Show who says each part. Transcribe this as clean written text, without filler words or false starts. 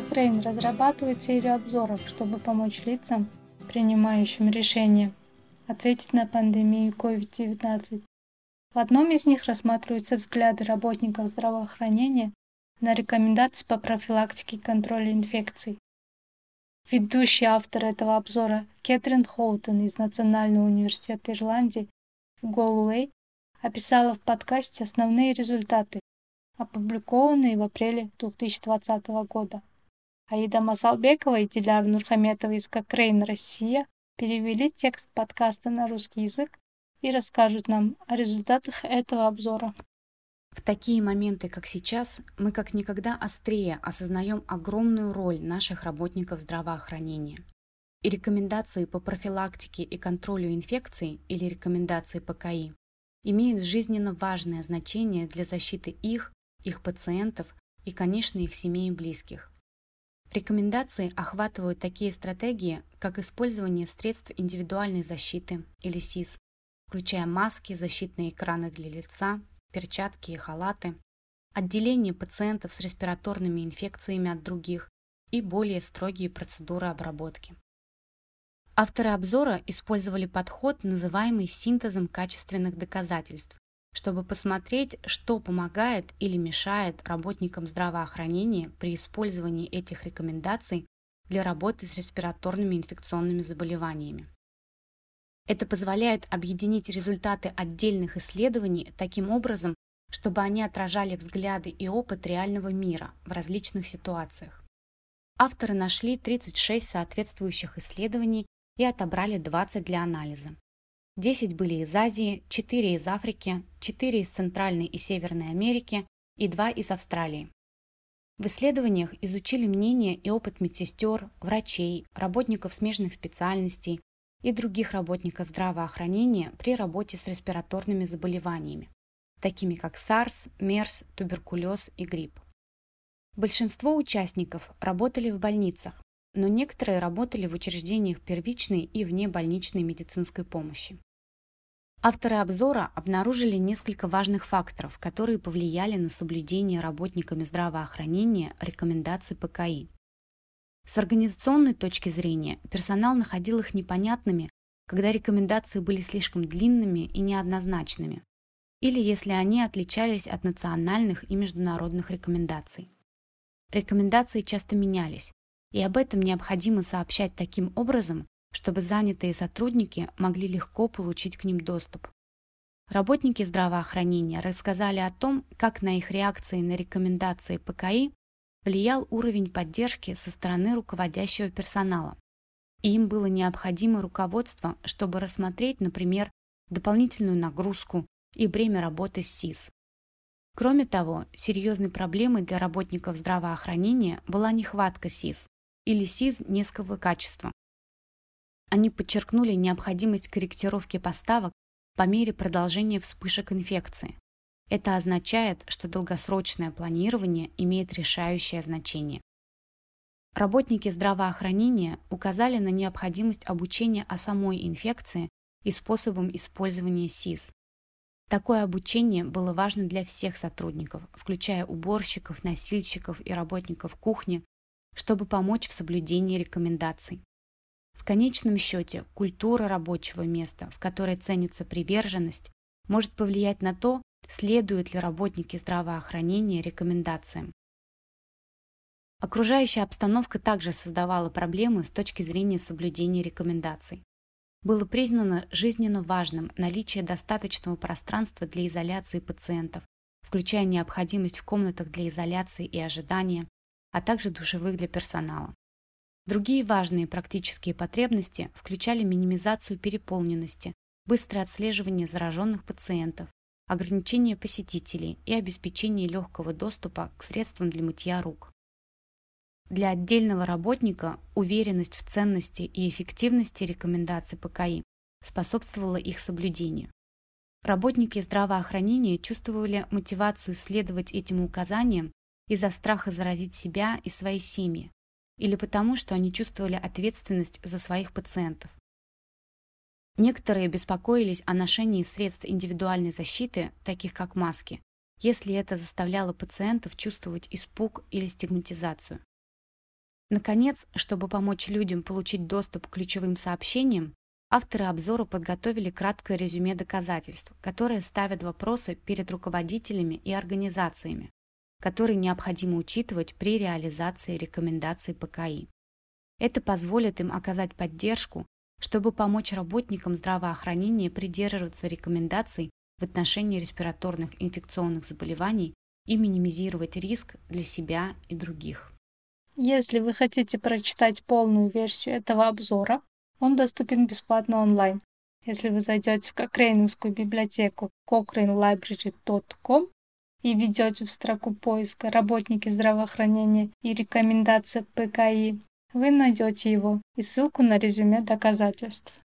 Speaker 1: Cochrane разрабатывает серию обзоров, чтобы помочь лицам, принимающим решения, ответить на пандемию COVID-19. В одном из них рассматриваются взгляды работников здравоохранения на рекомендации по профилактике и контролю инфекций. Ведущий автор этого обзора Кэтрин Хоутон из Национального университета Ирландии в Галуэй описала в подкасте основные результаты, опубликованные в апреле 2020 года. Аида Масалбекова и Диляр Нурхаметова из Cochrane Россия перевели текст подкаста на русский язык и расскажут нам о результатах этого обзора.
Speaker 2: В такие моменты, как сейчас, мы как никогда острее осознаем огромную роль наших работников здравоохранения. И рекомендации по профилактике и контролю инфекций или рекомендации ПКИ имеют жизненно важное значение для защиты их пациентов и, конечно, их семей и близких. Рекомендации охватывают такие стратегии, как использование средств индивидуальной защиты или СИЗ, включая маски, защитные экраны для лица, перчатки и халаты, отделение пациентов с респираторными инфекциями от других и более строгие процедуры обработки. Авторы обзора использовали подход, называемый синтезом качественных доказательств, чтобы посмотреть, что помогает или мешает работникам здравоохранения при использовании этих рекомендаций для работы с респираторными инфекционными заболеваниями. Это позволяет объединить результаты отдельных исследований таким образом, чтобы они отражали взгляды и опыт реального мира в различных ситуациях. Авторы нашли 36 соответствующих исследований и отобрали 20 для анализа. 10 были из Азии, 4 из Африки, 4 из Центральной и Северной Америки и 2 из Австралии. В исследованиях изучили мнение и опыт медсестер, врачей, работников смежных специальностей и других работников здравоохранения при работе с респираторными заболеваниями, такими как SARS, MERS, туберкулез и грипп. Большинство участников работали в больницах, но некоторые работали в учреждениях первичной и внебольничной медицинской помощи. Авторы обзора обнаружили несколько важных факторов, которые повлияли на соблюдение работниками здравоохранения рекомендаций ПКИ. С организационной точки зрения персонал находил их непонятными, когда рекомендации были слишком длинными и неоднозначными, или если они отличались от национальных и международных рекомендаций. Рекомендации часто менялись, и об этом необходимо сообщать таким образом, чтобы занятые сотрудники могли легко получить к ним доступ. Работники здравоохранения рассказали о том, как на их реакции на рекомендации ПКИ влиял уровень поддержки со стороны руководящего персонала. И им было необходимо руководство, чтобы рассмотреть, например, дополнительную нагрузку и бремя работы с СИЗ. Кроме того, серьезной проблемой для работников здравоохранения была нехватка СИЗ или СИЗ низкого качества. Они подчеркнули необходимость корректировки поставок по мере продолжения вспышек инфекции. Это означает, что долгосрочное планирование имеет решающее значение. Работники здравоохранения указали на необходимость обучения о самой инфекции и способам использования СИЗ. Такое обучение было важно для всех сотрудников, включая уборщиков, носильщиков и работников кухни, чтобы помочь в соблюдении рекомендаций. В конечном счете, культура рабочего места, в которой ценится приверженность, может повлиять на то, следуют ли работники здравоохранения рекомендациям. Окружающая обстановка также создавала проблемы с точки зрения соблюдения рекомендаций. Было признано жизненно важным наличие достаточного пространства для изоляции пациентов, включая необходимость в комнатах для изоляции и ожидания, а также душевых для персонала. Другие важные практические потребности включали минимизацию переполненности, быстрое отслеживание зараженных пациентов, ограничение посетителей и обеспечение легкого доступа к средствам для мытья рук. Для отдельного работника уверенность в ценности и эффективности рекомендаций ПКИ способствовала их соблюдению. Работники здравоохранения чувствовали мотивацию следовать этим указаниям из-за страха заразить себя и свои семьи, или потому, что они чувствовали ответственность за своих пациентов. Некоторые беспокоились о ношении средств индивидуальной защиты, таких как маски, если это заставляло пациентов чувствовать испуг или стигматизацию. Наконец, чтобы помочь людям получить доступ к ключевым сообщениям, авторы обзора подготовили краткое резюме доказательств, которые ставят вопросы перед руководителями и организациями, которые необходимо учитывать при реализации рекомендаций ПКИ. Это позволит им оказать поддержку, чтобы помочь работникам здравоохранения придерживаться рекомендаций в отношении респираторных инфекционных заболеваний и минимизировать риск для себя и других.
Speaker 1: Если вы хотите прочитать полную версию этого обзора, он доступен бесплатно онлайн. Если вы зайдете в Кокрейновскую библиотеку cochranelibrary.com и введете в строку поиска «Работники здравоохранения» и «Рекомендация ПКИ», вы найдете его и ссылку на резюме доказательств.